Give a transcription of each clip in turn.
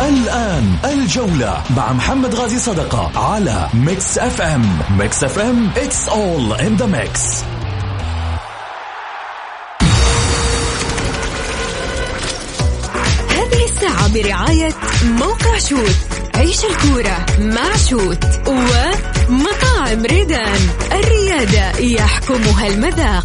الآن الجولة مع محمد غازي صدقة على ميكس اف ام. ميكس اف ام it's all in the mix. هذه الساعة برعاية موقع شوت. عيش الكورة مع شوت ومطاعم ريدان. الريادة يحكمها المذاق.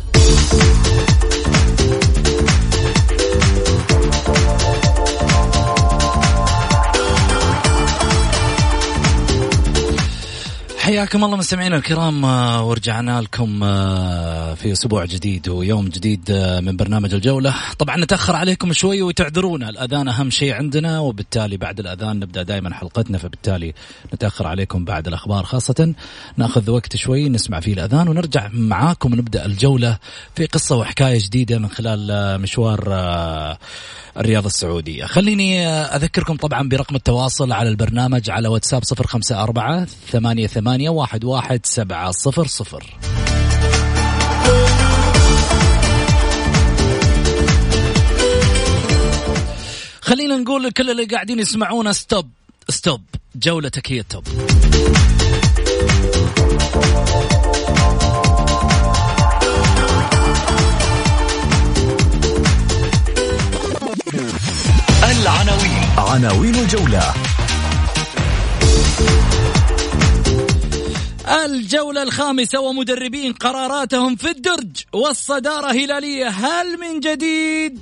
حياكم الله مستمعينا الكرام، ورجعنا لكم في أسبوع جديد ويوم جديد من برنامج الجولة. طبعا نتأخر عليكم شوي وتعذرونا، الأذان أهم شيء عندنا، وبالتالي بعد الأذان نبدأ دائما حلقتنا، فبالتالي نتأخر عليكم بعد الأخبار، خاصة نأخذ وقت شوي نسمع فيه الأذان ونرجع معاكم ونبدأ الجولة في قصة وحكاية جديدة من خلال مشوار الرياضة السعودية. خليني أذكركم طبعا برقم التواصل على البرنامج على واتساب 0548811700. خلينا نقول لكل اللي قاعدين يسمعونا ستوب ستوب، جولتك هي التوب. عناوين الجولة. الجولة الخامسة ومدربين قراراتهم في الدرج والصدارة هلالية، هل من جديد؟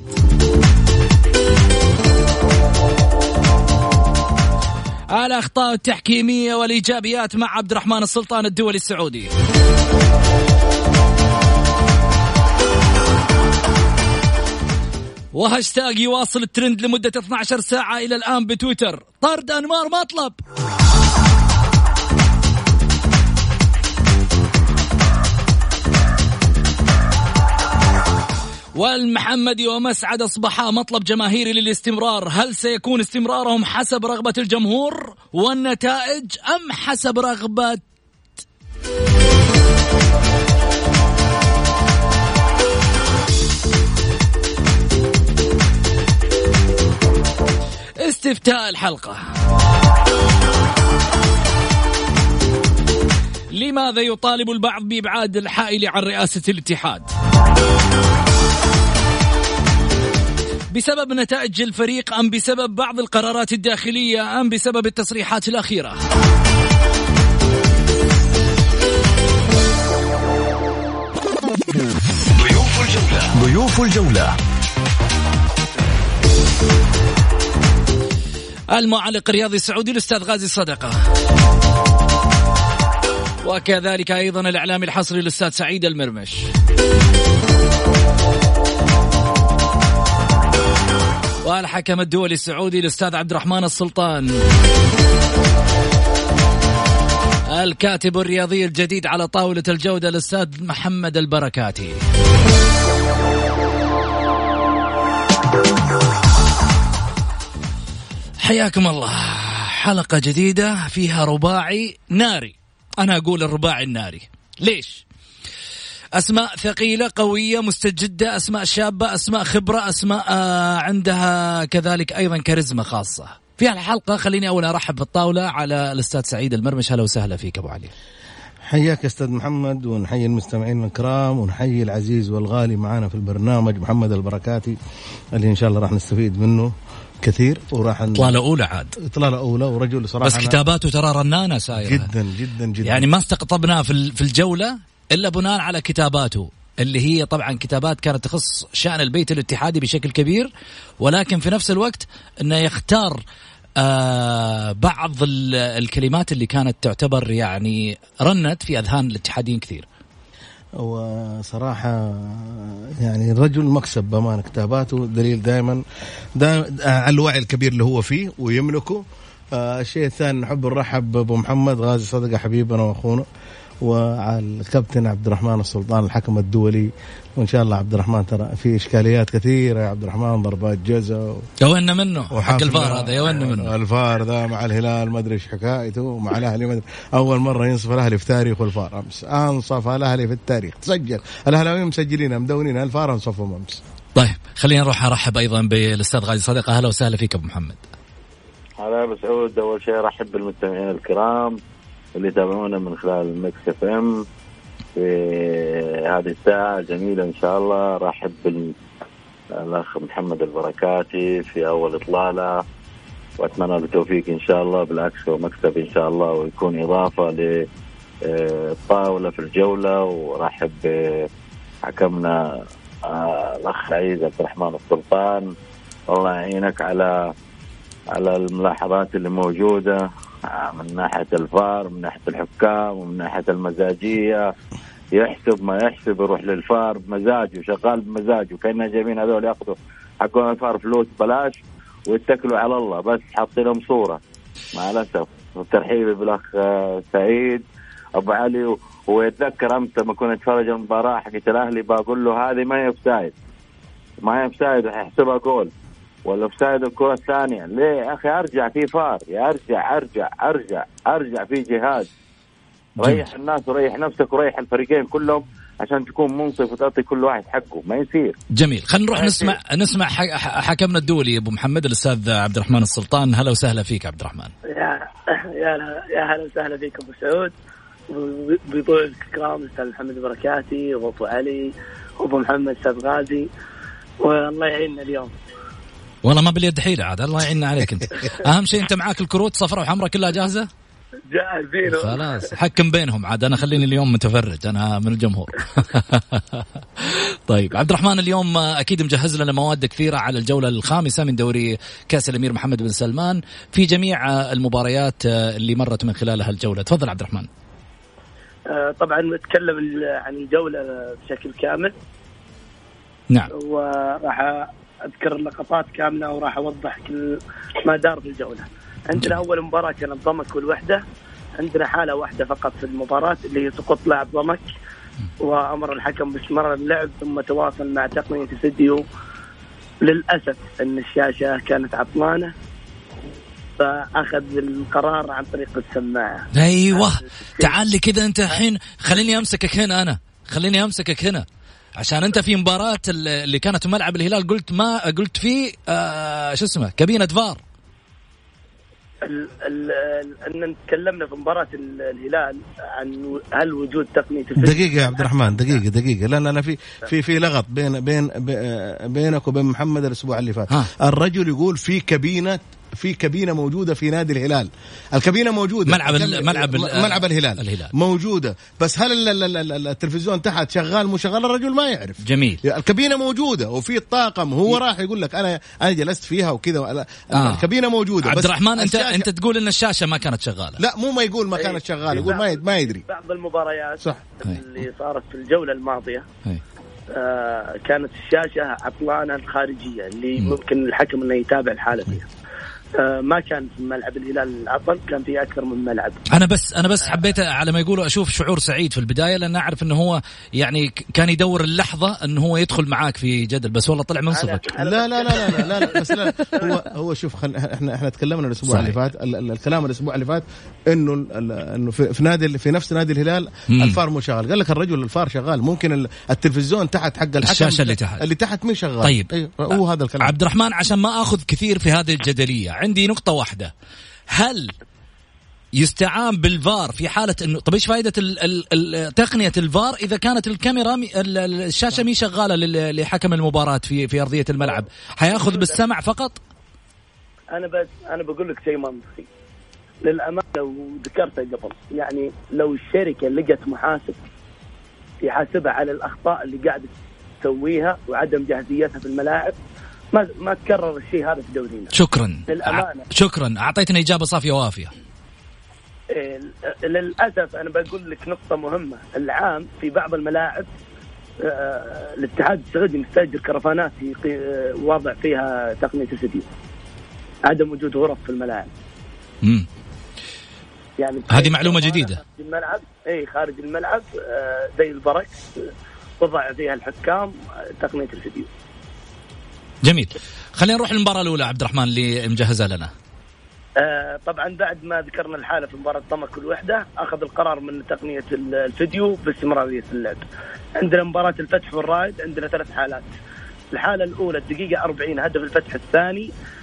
الأخطاء التحكيمية والإيجابيات مع عبد الرحمن السلطان الدولي السعودي. وهاشتاج يواصل الترند لمدة 12 ساعة إلى الآن بتويتر، طرد أنمار مطلب. والمحمدي ومسعد أصبحا مطلب جماهيري للاستمرار، هل سيكون استمرارهم حسب رغبة الجمهور والنتائج أم حسب رغبة استفتاء الحلقة؟ لماذا يطالب البعض بإبعاد الحائل عن رئاسة الاتحاد؟ بسبب نتائج الفريق أم بسبب بعض القرارات الداخلية أم بسبب التصريحات الأخيرة؟ ضيوف الجولة. المعلق الرياضي السعودي الأستاذ غازي صدقة، وكذلك أيضا الإعلامي الحصري الأستاذ سعيد المرمش، والحكم الدولي السعودي الأستاذ عبد الرحمن السلطان، الكاتب الرياضي الجديد على طاولة الجودة الأستاذ محمد البركاتي. حياكم الله. حلقة جديدة فيها رباعي ناري. أنا أقول الرباعي الناري ليش؟ أسماء ثقيلة قوية مستجدة، أسماء شابة، أسماء خبرة، أسماء عندها كذلك أيضا كاريزما خاصة في الحلقة. خليني أول أرحب بالطاولة على الأستاذ سعيد المرمش. هلا وسهلا فيك أبو علي. حياك أستاذ محمد، ونحيي المستمعين الكرام، ونحيي العزيز والغالي معنا في البرنامج محمد البركاتي اللي إن شاء الله راح نستفيد منه كثير، وراح إطلالة أولى عاد إطلالة أولى، ورجل صراحة بس كتاباته ترى رنانة سايرة جدا جدا جدا، يعني ما استقطبناه في الجولة إلا بناء على كتاباته اللي هي طبعا كتابات كانت تخص شأن البيت الاتحادي بشكل كبير، ولكن في نفس الوقت أنه يختار بعض الكلمات اللي كانت تعتبر يعني رنت في أذهان الاتحاديين كثير. وصراحة يعني الرجل مكسب بأمانة، كتاباته دليل دائما على الوعي الكبير اللي هو فيه ويملكه. الشيء الثاني نحب نرحب بأبو محمد غازي صدقة حبيبنا وأخونا، وعلى الكابتن عبد الرحمن السلطان الحكم الدولي. وإن شاء الله عبد الرحمن ترى في إشكاليات كثيرة يا عبد الرحمن، ضربات جزاء يوين منه حق الفار هذا، يوين منه الفار ذا مع الهلال ما أدري إيش حكايته، مع الأهلي ما أدري. أول مرة ينصف الأهلي في تاريخ الفار أمس، أنصف الأهلي في التاريخ، تسجل الأهلاويين مسجلين مدونين الفار أنصفهم أمس. طيب خلينا نروح أرحب أيضا بالأستاذ غازي صدقة. أهلا وسهلا فيك أبو محمد. هلا أبو سعود. أول شيء رحب بالمستمعين الكرام اللي يتابعونا من خلال الميكس اف ام في هذه الساعة جميلة إن شاء الله. رحب بالأخ محمد البركاتي في أول إطلالة، وأتمنى له التوفيق إن شاء الله، بالعكس ومكسب إن شاء الله، ويكون إضافة للطاولة في الجولة. ورحب حكمنا الأخ عيد عبد الرحمن السلطان، الله يعينك على الملاحظات اللي موجودة من ناحية الفار، من ناحية الحكام، ومن ناحية المزاجية. يحسب ما يحسب، يروح للفار بمزاجه، شغال بمزاجه، كأننا جايبين هذول يأخذوا حقون الفار فلوس بلاش ويتكلوا على الله، بس حاطينهم صورة مع الأسف. والترحيب بالأخ سعيد أبو علي. ويتذكر أمتى ما كنا نتفرج المباراة حقت الأهلي بقول له هذه ما هي أوفسايد، ما هي أوفسايد، وحيحسبها جول ولا أوفسايد الكرة الثانية. ليه يا أخي؟ أرجع في فار، يا أرجع في جهاز. ريح الناس وريح نفسك وريح الفريقين كلهم عشان تكون منصف وتعطي كل واحد حقه. ما يصير. جميل، خلينا نروح نسمع حكمنا الدولي أبو محمد الأستاذ عبد الرحمن السلطان. هلا وسهلا فيك عبد الرحمن. يا هلا وسهلا فيك أبو سعود، وبضيوف الكرام الأستاذ محمد البركاتي وأبو علي وأبو محمد أستاذ غازي، والله يعيننا اليوم. والله ما باليد حيلة عاد، الله يعيننا عليك أنت. أهم شيء أنت معاك الكروت صفراء وحمراء كلها جاهزة؟ جاهزين. خلاص حكم بينهم عاد، أنا خليني اليوم متفرج، أنا من الجمهور. طيب عبد الرحمن، اليوم أكيد مجهز لنا مواد كثيرة على الجولة الخامسة من دوري كأس الأمير محمد بن سلمان في جميع المباريات اللي مرت من خلالها الجولة. تفضل عبد الرحمن. طبعا نتكلم عن الجولة بشكل كامل. نعم. وراح أذكر اللقطات كاملة وراح أوضح كل ما دار في الجولة. عندنا أول مباراة كانت ضمك والوحدة. عندنا حالة واحدة فقط في المباراة اللي هي سقوط لاعب ضمك، وأمر الحكم باستمرار اللعب ثم تواصل مع تقنية الفيديو. للأسف أن الشاشة كانت عطلانة فأخذ القرار عن طريق السماعة. أيوة، تعال لي كذا أنت الحين، خليني أمسكك هنا عشان أنت في مباراة اللي كانت في ملعب الهلال قلت فيه شو اسمه كابينة فار. أن تكلمنا في مباراة الهلال عن هل وجود تقنية الفيديو. دقيقة يا عبد الرحمن، دقيقة. لا في لغط بينك وبين محمد الأسبوع اللي فات. الرجل يقول في كابينة موجودة في نادي الهلال. الكابينة موجودة ملعب الهلال موجودة، بس هل التلفزيون تحت شغال مو شغال الرجل ما يعرف. جميل. الكابينة موجودة وفي الطاقم، هو راح يقول لك أنا جلست فيها وكذا. الكابينة موجودة. عبد الرحمن أنت تقول إن الشاشة ما كانت شغالة. لا، مو ما يقول ما كانت شغالة، يقول ما يدري. بعض المباريات صح اللي صارت في الجولة الماضية كانت الشاشة عطلانة الخارجية اللي ممكن الحكم انه يتابع الحالة فيها. ما كان في ملعب الهلال العطل، كان في أكثر من ملعب. أنا بس حبيت على ما يقولوا أشوف شعور سعيد في البداية، لأن أعرف إنه هو يعني كان يدور اللحظة إنه هو يدخل معاك في جدل، بس والله طلع منصفك. لا بس لا هو شوف إحنا تكلمنا الأسبوع اللي فات، الكلام الأسبوع اللي فات إنه في نفس نادي الهلال الفار مو شغال. قال لك الرجل الفار شغال، ممكن التلفزيون تحت حق الحكم الشاشة اللي تحت مو شغال. طيب هو هذا الكلام. عبد الرحمن، عشان ما أخذ كثير في هذه الجدلية، عندي نقطة واحدة. هل يستعان بالفار في حالة إنه طب إيش فائدة تقنية الفار إذا كانت الكاميرا الشاشة مي شغالة لحكم المباراة في أرضية الملعب؟ هيأخذ بالسمع فقط؟ أنا بقول لك شيء منطقي للأمانة، وذكرته قبل. يعني لو الشركة لقت محاسب يحاسبها على الأخطاء اللي قاعدة تسويها وعدم جاهزيتها في الملاعب، ما تكرر الشيء هذا في دورينا. شكرا أعطيتنا إجابة صافية وافية. للأسف أنا بقول لك نقطة مهمة. العام في بعض الملاعب الاتحاد السعودي مستأجر كرفانات وضع فيها تقنية الفيديو، عدم وجود غرف في الملاعب. يعني هذه معلومة جديدة. الملعب خارج الملعب زي البرك وضع فيها الحكام تقنية الفيديو. جميل، خلينا نروح للمباراة الأولى عبد الرحمن اللي مجهزها لنا. طبعا بعد ما ذكرنا الحالة في مباراة ضمك والوحدة، أخذ القرار من تقنية الفيديو باستمرارية اللعب. عندنا مباراة الفتح والرائد، عندنا 3 حالات. الحالة الأولى الدقيقة 40 هدف الفتح الثاني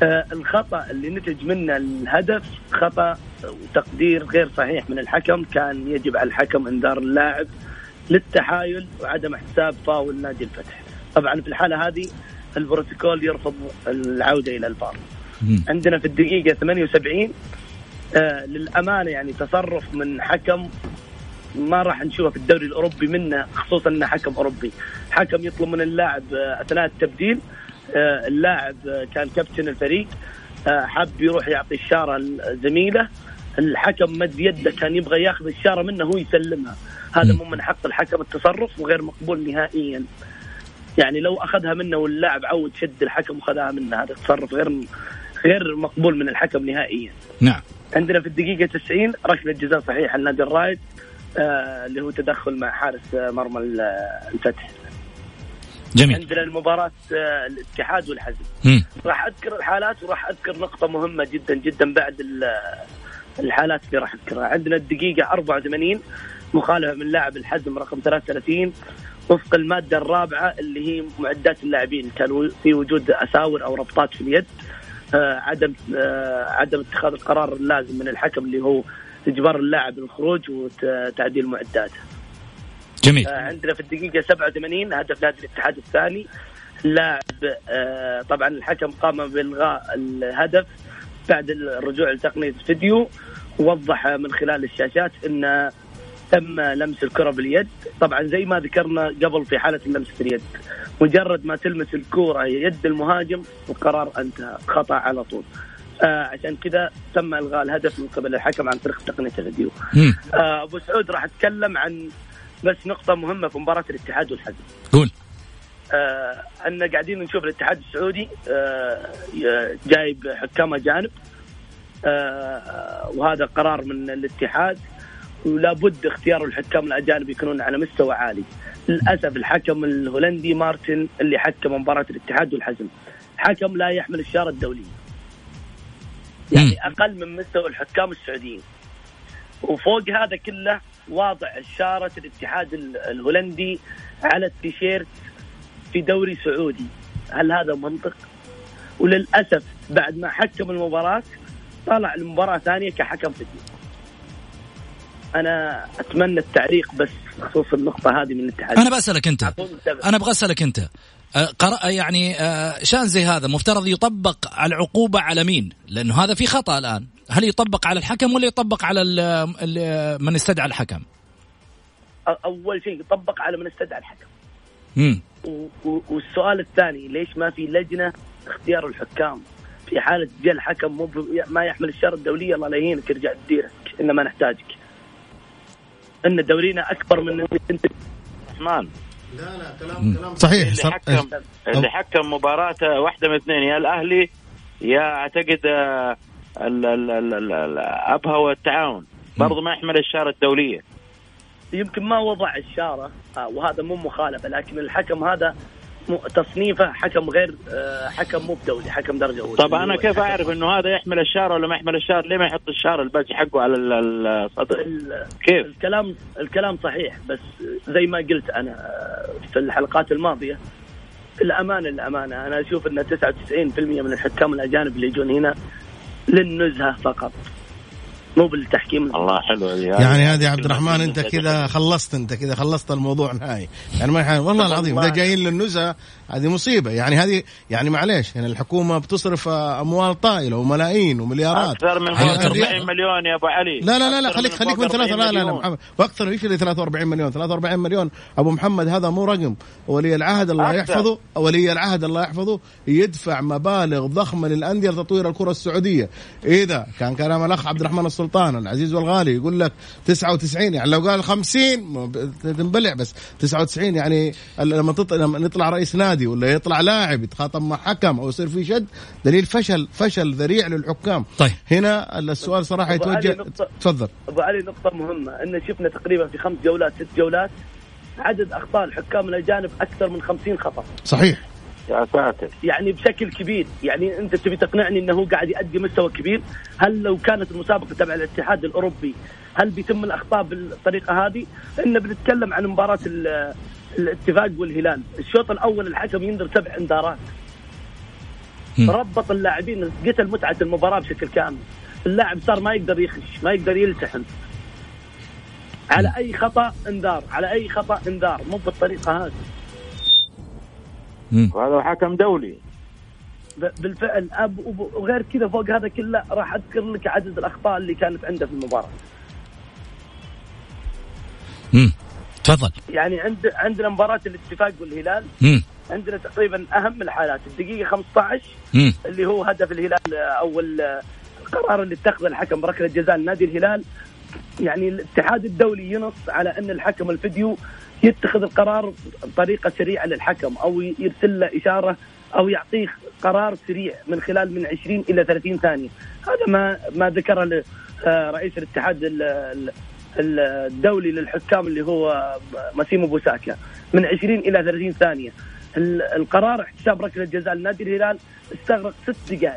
الخطأ اللي نتج منه الهدف خطأ وتقدير غير صحيح من الحكم. كان يجب على الحكم انذار اللاعب للتحايل وعدم احتساب فاول نادي الفتح. طبعا في الحالة هذه البروتوكول يرفض العودة إلى الفار. عندنا في الدقيقة 78 للأمانة يعني تصرف من حكم ما راح نشوفه في الدوري الأوروبي منه، خصوصا أنه حكم أوروبي. حكم يطلب من اللاعب أثناء التبديل، اللاعب كان كابتن الفريق، حب يروح يعطي الشارة لزميله، الحكم مد يده كان يبغى ياخذ الشارة منه هو يسلمها. هذا مو من حق الحكم التصرف وغير مقبول نهائيا. يعني لو أخذها منه واللاعب عود شد الحكم وخذها منه، هذا تصرف غير مقبول من الحكم نهائيا. نعم. عندنا في الدقيقة 90 ركلة جزاء صحيحة لنادي الرائد، اللي هو تدخل مع حارس مرمى الفتح. جميل. عندنا المباراة الاتحاد والحزم. راح أذكر الحالات وراح أذكر نقطة مهمة جدا جدا بعد الحالات اللي راح أذكرها. عندنا الدقيقة 84 مخالفة من لاعب الحزم رقم 33 وفق المادة الرابعة اللي هي معدات اللاعبين، كان في وجود أساور أو ربطات في اليد، عدم اتخاذ القرار اللازم من الحكم اللي هو إجبار اللاعب الخروج وتعديل معداته. جميل. عندنا في الدقيقة 87 هدف نادي الاتحاد الثاني، اللاعب طبعا الحكم قام بإلغاء الهدف بعد الرجوع لتقنية فيديو، ووضح من خلال الشاشات أن تم لمس الكرة باليد. طبعا زي ما ذكرنا قبل في حالة اللمس في اليد، مجرد ما تلمس الكرة يد المهاجم القرار انتهى، خطأ على طول. عشان كذا تم إلغاء الهدف من قبل الحكم عن طريق تقنية الفيديو. أبو سعود راح أتكلم عن بس نقطة مهمة في مباراة الاتحاد والحزم. قول. أن قاعدين نشوف الاتحاد السعودي جايب حكام أجانب، وهذا قرار من الاتحاد، ولا بد اختيار الحكام الأجانب يكونون على مستوى عالي. للأسف الحكم الهولندي مارتن اللي حكم مباراة الاتحاد والحزم حكم لا يحمل الشارة الدولية، يعني أقل من مستوى الحكام السعوديين. وفوق هذا كله واضع شارة الاتحاد الهولندي على التيشيرت في دوري سعودي. هل هذا منطق؟ وللأسف بعد ما حكم المباراة طلع المباراة ثانية كحكم فيديو. أنا أتمنى التعليق بس خصوص النقطة هذه من الاتحاد. أنا بسألك أنت، أنا أبغى أسألك أنت، يعني شان زي هذا مفترض يطبق العقوبة على مين؟ لأنه هذا في خطأ الآن. هل يطبق على الحكم ولا يطبق على من استدعى الحكم؟ أول شيء يطبق على من استدعى الحكم. والسؤال الثاني، ليش ما في لجنة اختيار الحكام في حالة جاء الحكم ما يحمل الشارة الدولية؟ الله لا يهينك، ارجع تديرك، إنما نحتاجك. إن دورينا أكبر من أنت عثمان. لا كلام صحيح. اللي حكم مباراة واحدة من اثنين، يا الأهلي يا أعتقد أبها والتعاون، برضو ما يحمل الشارة الدولية. يمكن ما وضع الشارة، وهذا مو مخالفة، لكن الحكم هذا تصنيفه حكم غير حكم مو بدولي، حكم درجة أولى. طب أنا كيف أعرف إنه هذا يحمل الشارة ولا ما يحمل الشارة؟ ليه ما يحط الشارة الباجي حقه على الصدر؟ كيف؟ الكلام صحيح، بس زي ما قلت أنا في الحلقات الماضية، الأمانة أنا أشوف إن 99% من الحكام الأجانب اللي يجون هنا للنزهة فقط، مو بالتحكيم. الله حلو يعني هذه عبد الرحمن، انت كذا خلصت الموضوع نهائي. يعني ما والله العظيم ده جايين للنزهة، هذه مصيبة. يعني هذه يعني معليش، يعني الحكومة بتصرف أموال طائلة وملايين ومليارات، أكثر من 40 مليون يا أبو علي. لا خليك من 3. لا محمد، وأكثر. إيش اللي 43 مليون؟ 43 مليون أبو محمد هذا مو رقم. ولي العهد الله يحفظه يدفع مبالغ ضخمة للأندية لتطوير الكرة السعودية. إذا كان كلام الأخ عبد الرحمن السلطان العزيز والغالي يقول لك 99، يعني لو قال 50 تنبلع، بس 99 يعني لما نطلع رئيس نادي ولا يطلع لاعب يتخاطب مع حكم أو يصير في شد، دليل فشل ذريع للحكام. طيب هنا السؤال صراحة يتوجه. تفضل أبو علي. نقطة مهمة، إن شفنا تقريبا في 5 جولات 6 جولات عدد أخطاء الحكام الأجانب أكثر من 50 خطأ. صحيح يا ساتر، يعني بشكل كبير. يعني أنت تبي تقنعني أنه قاعد يؤدي مستوى كبير؟ هل لو كانت المسابقة تبع الاتحاد الأوروبي هل بيتم الأخطاء بالطريقة هذه؟ إن بنتكلم عن مباراة الاتفاق والهلال، الشوط الأول الحكم ينذر 7 انذارات. ربط اللاعبين، قتل متعة المباراة بشكل كامل. اللاعب صار ما يقدر يخش، ما يقدر يلتحم، على أي خطأ انذار، على أي خطأ انذار، مو بالطريقة هذه. وهذا حكم دولي بالفعل. وغير كذا فوق هذا كله راح أذكر لك عدد الأخطاء اللي كانت عنده في المباراة. تفضل. يعني عندنا مباراة الاتفاق والهلال، عندنا تقريبا أهم الحالات الدقيقة 15 اللي هو هدف الهلال أو القرار اللي اتخذ الحكم بركلة جزاء لنادي الهلال. يعني الاتحاد الدولي ينص على أن الحكم الفيديو يتخذ القرار بطريقة سريعة للحكم، أو يرسل له إشارة أو يعطيه قرار سريع من خلال من 20 إلى 30 ثانية. هذا ما ذكره رئيس الاتحاد الدولي للحكام اللي هو ماسيمو بوساكا، من 20 إلى 30 ثانية. القرار احتساب ركلة جزاء لنادي الهلال استغرق 6 دقائق.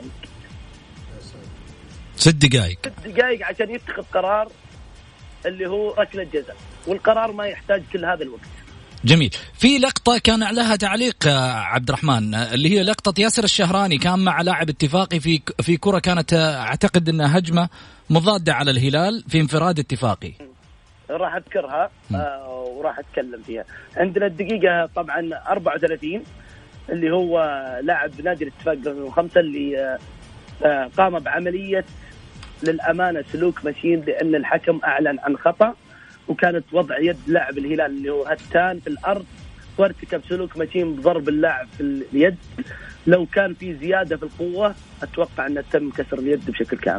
6 دقائق عشان يتخذ قرار اللي هو ركلة جزاء، والقرار ما يحتاج كل هذا الوقت. جميل. في لقطة كان عليها تعليق عبد الرحمن، اللي هي لقطة ياسر الشهراني كان مع لاعب اتفاقي في كرة كانت أعتقد أنها هجمة مضادة على الهلال في انفراد اتفاقي. راح أذكرها وراح أتكلم فيها. عندنا الدقيقة طبعا 34 اللي هو لاعب نادي الاتفاق رقم 5 اللي قام بعملية للأمانة سلوك مشين، لأن الحكم أعلن عن خطأ، وكانت وضع يد لاعب الهلال اللي هو هتان في الأرض، وارتكب سلوك مشين بضرب اللاعب في اليد. لو كان في زيادة في القوة أتوقع أن تم كسر اليد بشكل كامل.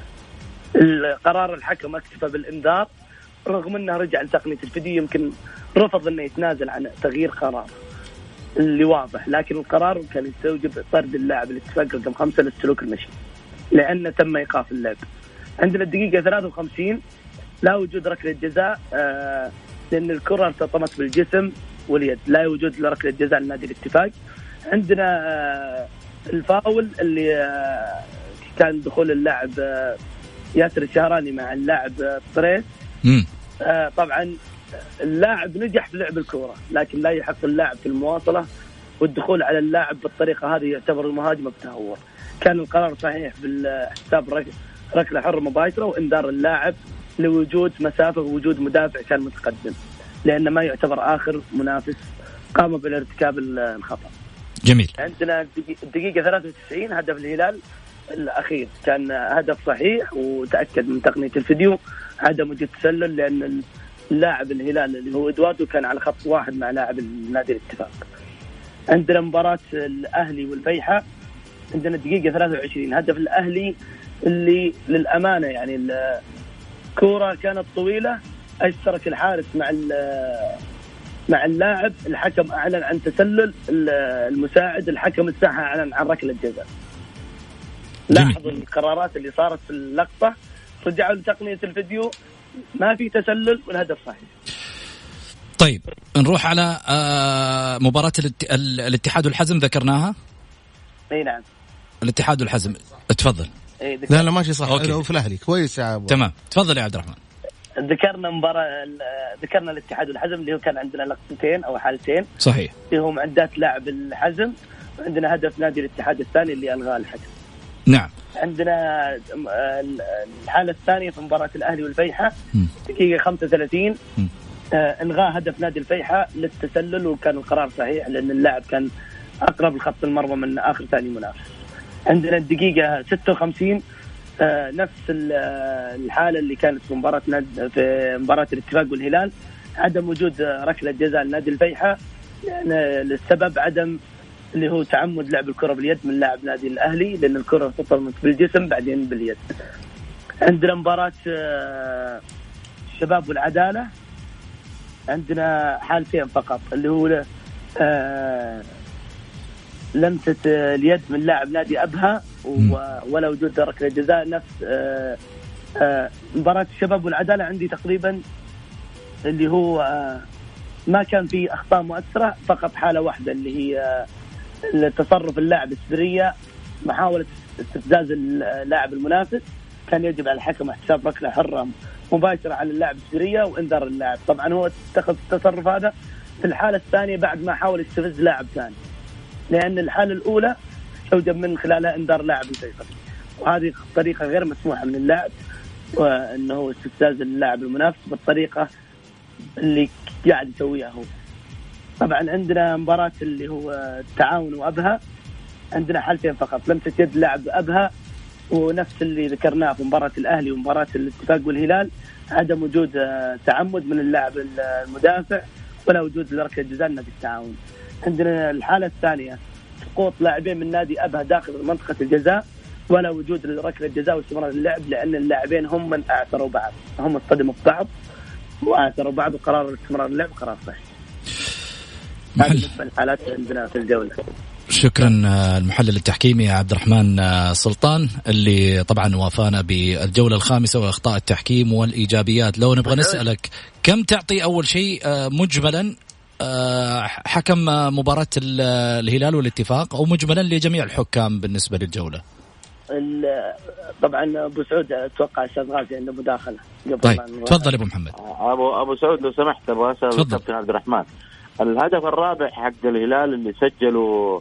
القرار الحكم اكتفى بالإنذار، رغم أنه رجع لتقنية الفيديو، يمكن رفض أنه يتنازل عن تغيير قرار اللي واضح، لكن القرار كان يستوجب طرد اللاعب الاتفاق رقم 5 للسلوك المشي لأنه تم إيقاف اللعب. عندنا الدقيقة 53 لا وجود ركلة جزاء لأن الكرة ارتطمت بالجسم واليد، لا وجود لركلة جزاء لنادي الاتفاق. عندنا الفاول اللي كان دخول اللاعب ياسر الشهراني مع اللاعب طريس. طبعا اللاعب نجح في لعب الكرة، لكن لا يحق اللاعب في المواصلة والدخول على اللاعب بالطريقة هذه يعتبر المهاجم بتهور. كان القرار صحيح بالحساب ركلة حرة مباشرة وإنذار اللاعب لوجود مسافة ووجود مدافع كان متقدم، لأن ما يعتبر آخر منافس قام بالارتكاب الخطأ. جميل. عندنا الدقيقة 93 هدف الهلال الأخير كان هدف صحيح، وتأكد من تقنية الفيديو عدم وجود تسلل، لأن اللاعب الهلال اللي هو إدواتو كان على خط واحد مع لاعب النادي الاتفاق. عندنا مباراة الأهلي والبيحة، عندنا الدقيقة 23 هدف الأهلي اللي للأمانة يعني الكرة كانت طويلة، اشترك الحارس مع اللاعب، الحكم أعلن عن تسلل، المساعد الحكم الساحة أعلن عن ركلة جزاء. لاحظوا القرارات اللي صارت في اللقطة، رجعوا لتقنية الفيديو ما في تسلل والهدف صحيح. طيب نروح على مباراة الاتحاد والحزم ذكرناها. اي نعم الاتحاد والحزم تفضل. لا ماشي صح في الأهلي كويس يا أبو. تمام تفضل يا عبد الرحمن. ذكرنا الاتحاد والحزم اللي هو كان عندنا لقطتين أو حالتين صحيح، فيهم عدات لاعب الحزم، وعندنا هدف نادي الاتحاد الثاني اللي ألغاه الحكم. نعم. عندنا الحالة الثانية في مباراة الأهلي والبيحة دقيقة 35 انغاء هدف نادي البيحة للتسلل، وكان القرار صحيح لأن اللاعب كان أقرب لخط المرمى من آخر ثاني منافس. عندنا الدقيقة 56 نفس الحالة اللي كانت في مباراة الاتفاق والهلال، عدم وجود ركلة جزاء لنادي البيحة، لأن السبب عدم اللي هو تعمد لعب الكرة باليد من لاعب نادي الأهلي، لأن الكرة تطرمت بالجسم بعدين باليد. عندنا مباراة الشباب والعدالة، عندنا حالتين فقط اللي هو لمسة اليد من لاعب نادي أبها ولا وجود ركلة جزاء. نفس مباراة الشباب والعدالة عندي تقريبا اللي هو ما كان فيه أخطاء مؤثرة، فقط حالة واحدة اللي هي تصرف اللاعب السرية، محاولة استفزاز اللاعب المنافس، كان يجب على الحكم احتساب ركلة حرة مباشرة على اللاعب السرية وانذار اللاعب. طبعا هو اتخذ التصرف هذا في الحالة الثانية بعد ما حاول يستفز لاعب ثاني، لأن الحالة الأولى يستوجب من خلالها انذار لاعب الفيصل، وهذه طريقة غير مسموحة من اللاعب، وأنه استفزاز اللاعب المنافس بالطريقة اللي قاعد يسويها هو. طبعا عندنا مباراة اللي هو التعاون وأبها، عندنا حالتين فقط لمسة يد لاعب أبها، ونفس اللي ذكرناه في مباراة الأهلي ومباراة الاتفاق والهلال، عدم وجود تعمد من اللاعب المدافع ولا وجود لركلة جزاء نادي التعاون. عندنا الحالة الثانية سقوط لاعبين من نادي أبها داخل منطقة الجزاء ولا وجود لركلة جزاء واستمرار اللعب، لأن اللاعبين هم من أعثروا بعض، هم اصطدموا ببعض وأعثروا بعض، وقرار استمرار اللعب قرار صحيح. هذه بالنسبة للحالات عندنا في الجولة. شكرا المحلل التحكيمي عبد الرحمن سلطان اللي طبعا وافانا بالجولة الخامسة وأخطاء التحكيم والإيجابيات. لو نبغى نسألك كم تعطي أول شيء مجملا حكم مباراة الهلال والاتفاق، أو مجملا لجميع الحكام بالنسبة للجولة؟ طبعا أبو سعود أتوقع أستاذ غازي عنده مداخلة. طيب تفضل أبو محمد. أبو سعود لو سمحت أبغى أسأل الكابتن عبد الرحمن، الهدف الرابع حق الهلال اللي سجله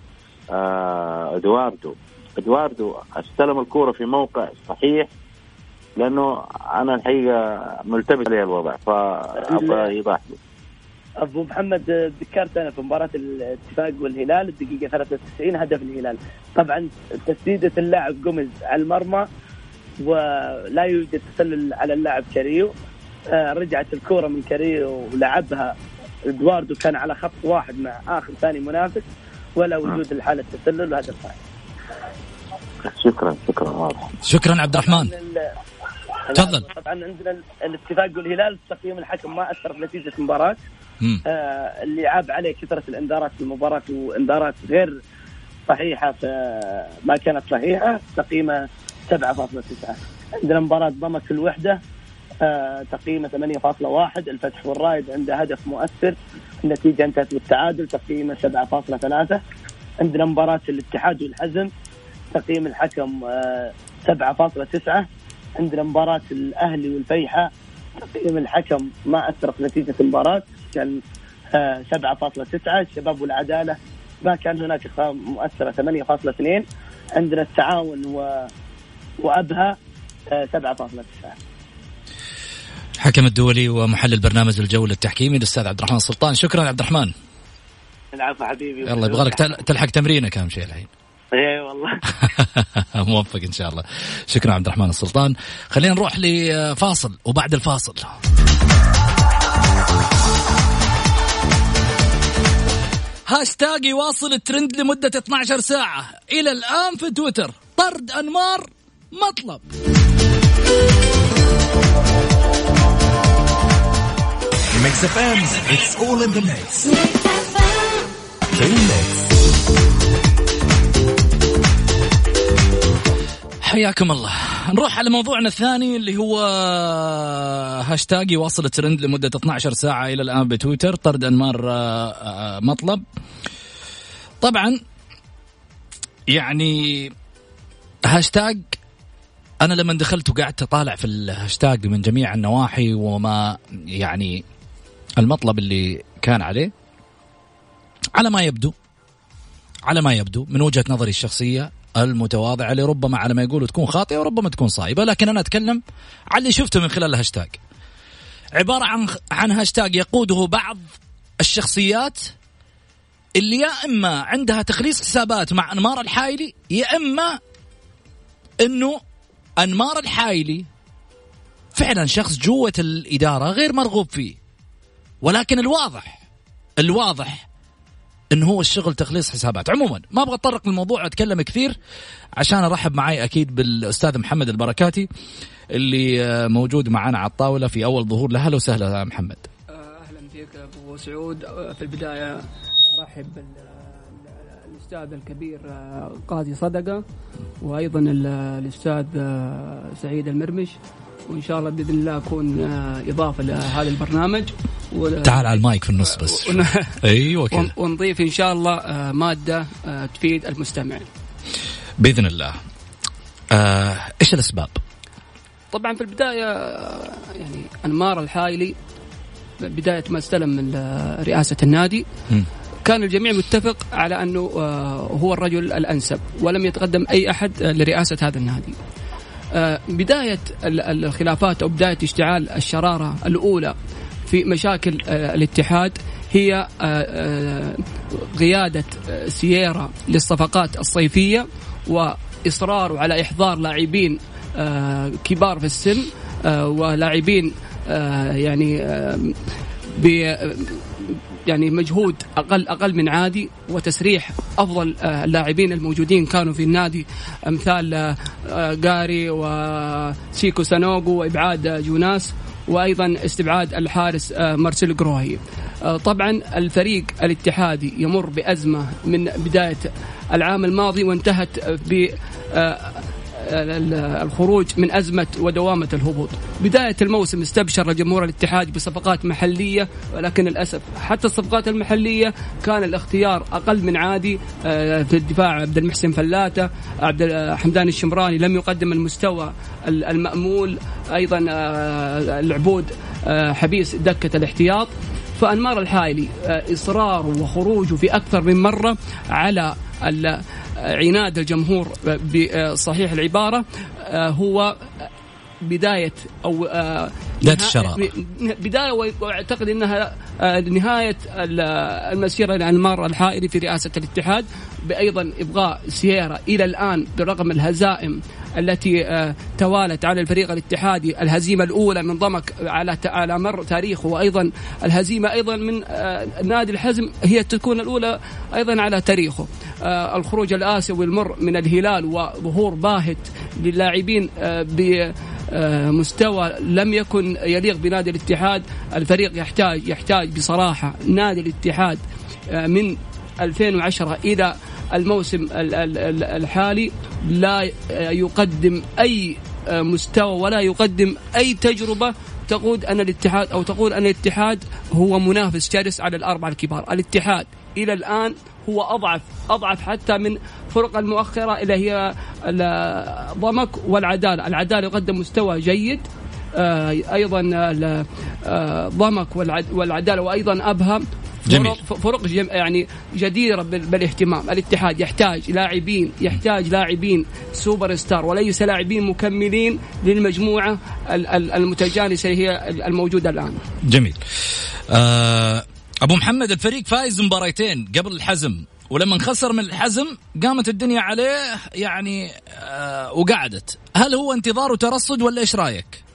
إدواردو استلم الكرة في موقع صحيح؟ لأنه أنا الحقيقة ملتبس عليه الوضع، فأبغى يضاح لي. أبو محمد ذكرت أنا في مباراة الاتفاق والهلال الدقيقة 93 هدف الهلال، طبعا تسديدة اللاعب جوميز على المرمى ولا يوجد تسلل على اللاعب كاريو، رجعت الكرة من كاريو ولعبها إدواردو، كان على خط واحد مع آخر ثاني منافس ولا وجود الحالة التسلل، وهذا صحيح. شكرا عبد الرحمن. تفضل. طبعا عندنا الاتفاق والهلال تقييم الحكم ما أثر في نتيجة المباراة، اللي عاب عليه كثرة الانذارات في المباراة وانذارات غير صحيحة ما كانت صحيحة، تقييمه 7.9. عندنا مباراة ضمك الوحدة تقييمه 8.1. الفتح والرائد عنده هدف مؤثر، النتيجة انتهت بالتعادل، تقييمه 7.3. عندنا مباراة الاتحاد والحزم تقييم الحكم 7.9. عندنا مباراة الأهلي والفيحة تقييم الحكم ما أثر في نتيجة المباراة، كان 7.9. الشباب والعدالة ما كان هناك مؤثرة 8.2. عندنا التعاون وأبها 7.9. حكم الدولي ومحلل برنامج الجولة التحكيمي الأستاذ عبد الرحمن سلطان. شكرا عبد الرحمن. العفو حبيبي. يلا يبغالك تلحق تمرينك أهم شيء الحين. اي والله. موفق ان شاء الله. شكرا عبد الرحمن السلطان. خلينا نروح لفاصل وبعد الفاصل هاشتاج يواصل الترند لمدة 12 ساعة إلى الآن في تويتر، طرد أنمار مطلب. Mix FM, it's all in the mix. حياكم الله. نروح على موضوعنا الثاني اللي هو هاشتاج يواصل الترند لمدة 12 ساعة إلى الآن بتويتر، طرد أنمار مطلب. طبعا يعني هاشتاج أنا لما دخلت وقعدت أطالع في الهاشتاج من جميع النواحي وما يعني المطلب اللي كان عليه، على ما يبدو من وجهة نظري الشخصية المتواضعة اللي ربما على ما يقولوا تكون خاطئة وربما تكون صائبة، لكن أنا أتكلم عن اللي شفته من خلال الهاشتاج. عبارة عن هاشتاج يقوده بعض الشخصيات اللي يا إما عندها تخليص حسابات مع أنمار الحايلي، يا إما أنه أنمار الحايلي فعلا شخص جوة الإدارة غير مرغوب فيه، ولكن الواضح إنه هو الشغل تخليص حسابات. عموما ما أبغى أتطرق للموضوع وأتكلم كثير عشان أرحب معي أكيد بالأستاذ محمد البركاتي اللي موجود معنا على الطاولة في أول ظهور له. أهلا وسهلا محمد. أهلا فيك أبو سعود. في البداية أرحب بالأستاذ الكبير قاضي صدقة، وأيضا الأستاذ سعيد المرمش، وإن شاء الله بإذن الله أكون إضافة لهذا البرنامج. تعال على المايك في النص بس. أيوة كده. ونضيف إن شاء الله مادة تفيد المستمع بإذن الله. إيش الأسباب؟ طبعا في البداية يعني أنمار الحايلي بداية ما استلم من رئاسة النادي كان الجميع متفق على أنه هو الرجل الأنسب، ولم يتقدم أي أحد لرئاسة هذا النادي. بداية الخلافات أو بداية اشتعال الشرارة الأولى في مشاكل الاتحاد هي قيادة سييرا للصفقات الصيفية وإصراره على إحضار لاعبين كبار في السن ولاعبين يعني مجهود أقل من عادي، وتسريح أفضل اللاعبين الموجودين كانوا في النادي أمثال غاري وسيكو سانوغو وإبعاد جوناس، وأيضا استبعاد الحارس مارسيل جروهي. طبعا الفريق الاتحادي يمر بأزمة من بداية العام الماضي وانتهت ب الخروج من أزمة ودوامة الهبوط. بداية الموسم استبشر الجمهور الاتحادي بصفقات محلية، ولكن للأسف حتى الصفقات المحلية كان الاختيار أقل من عادي. في الدفاع عبد المحسن فلاتة، عبد حمدان الشمراني لم يقدم المستوى المأمول، أيضا العبود حبيس دكة الاحتياط. فأنمار الحائلي إصرار وخروجه في أكثر من مرة على عناد الجمهور بصحيح العبارة هو بداية أو بداية، وأعتقد أنها نهاية المسيرة لأنمار الحائري في رئاسة الاتحاد، بأيضا إبغاء سييرا إلى الآن برغم الهزائم التي توالت على الفريق الاتحادي، الهزيمة الأولى من ضمك على مر تاريخه، وأيضا الهزيمة أيضا من نادي الحزم هي تكون الأولى أيضا على تاريخه. الخروج الآسيوي المر من الهلال وظهور باهت للاعبين بمستوى لم يكن يليق بنادي الاتحاد. الفريق يحتاج بصراحة نادي الاتحاد من 2010 إلى الموسم الحالي لا يقدم أي مستوى ولا يقدم أي تجربة تقود أن الاتحاد أو تقول أن الاتحاد هو منافس شرس على الأربعة الكبار. الاتحاد إلى الآن هو أضعف حتى من فرق المؤخرة اللي هي ضمك والعدالة. العدالة يقدم مستوى جيد، أيضا ضمك والعدالة وأيضا أبها فرق يعني جديرة بالاهتمام. الاتحاد يحتاج لاعبين سوبر ستار وليس لاعبين مكملين للمجموعة المتجانسة هي الموجودة الآن. جميل. أبو محمد، الفريق فايز مباراتين قبل الحزم، ولما خسر من الحزم قامت الدنيا عليه يعني وقعدت. هل هو انتظار وترصد ولا إيش رأيك؟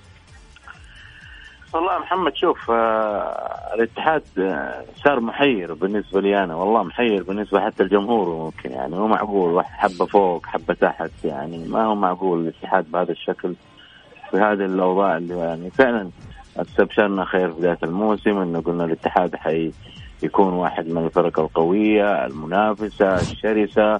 والله محمد شوف، الاتحاد صار محير بالنسبة لي أنا، والله محير بالنسبة حتى الجمهور. ممكن يعني هو معقول واحد حبة فوق حبة تحت، يعني ما هو معقول الاتحاد بهذا الشكل في هذه الأوضاع اللي يعني فعلا استبشرنا خير في بداية الموسم إنه قلنا الاتحاد يكون واحد من الفرق القوية المنافسة الشرسة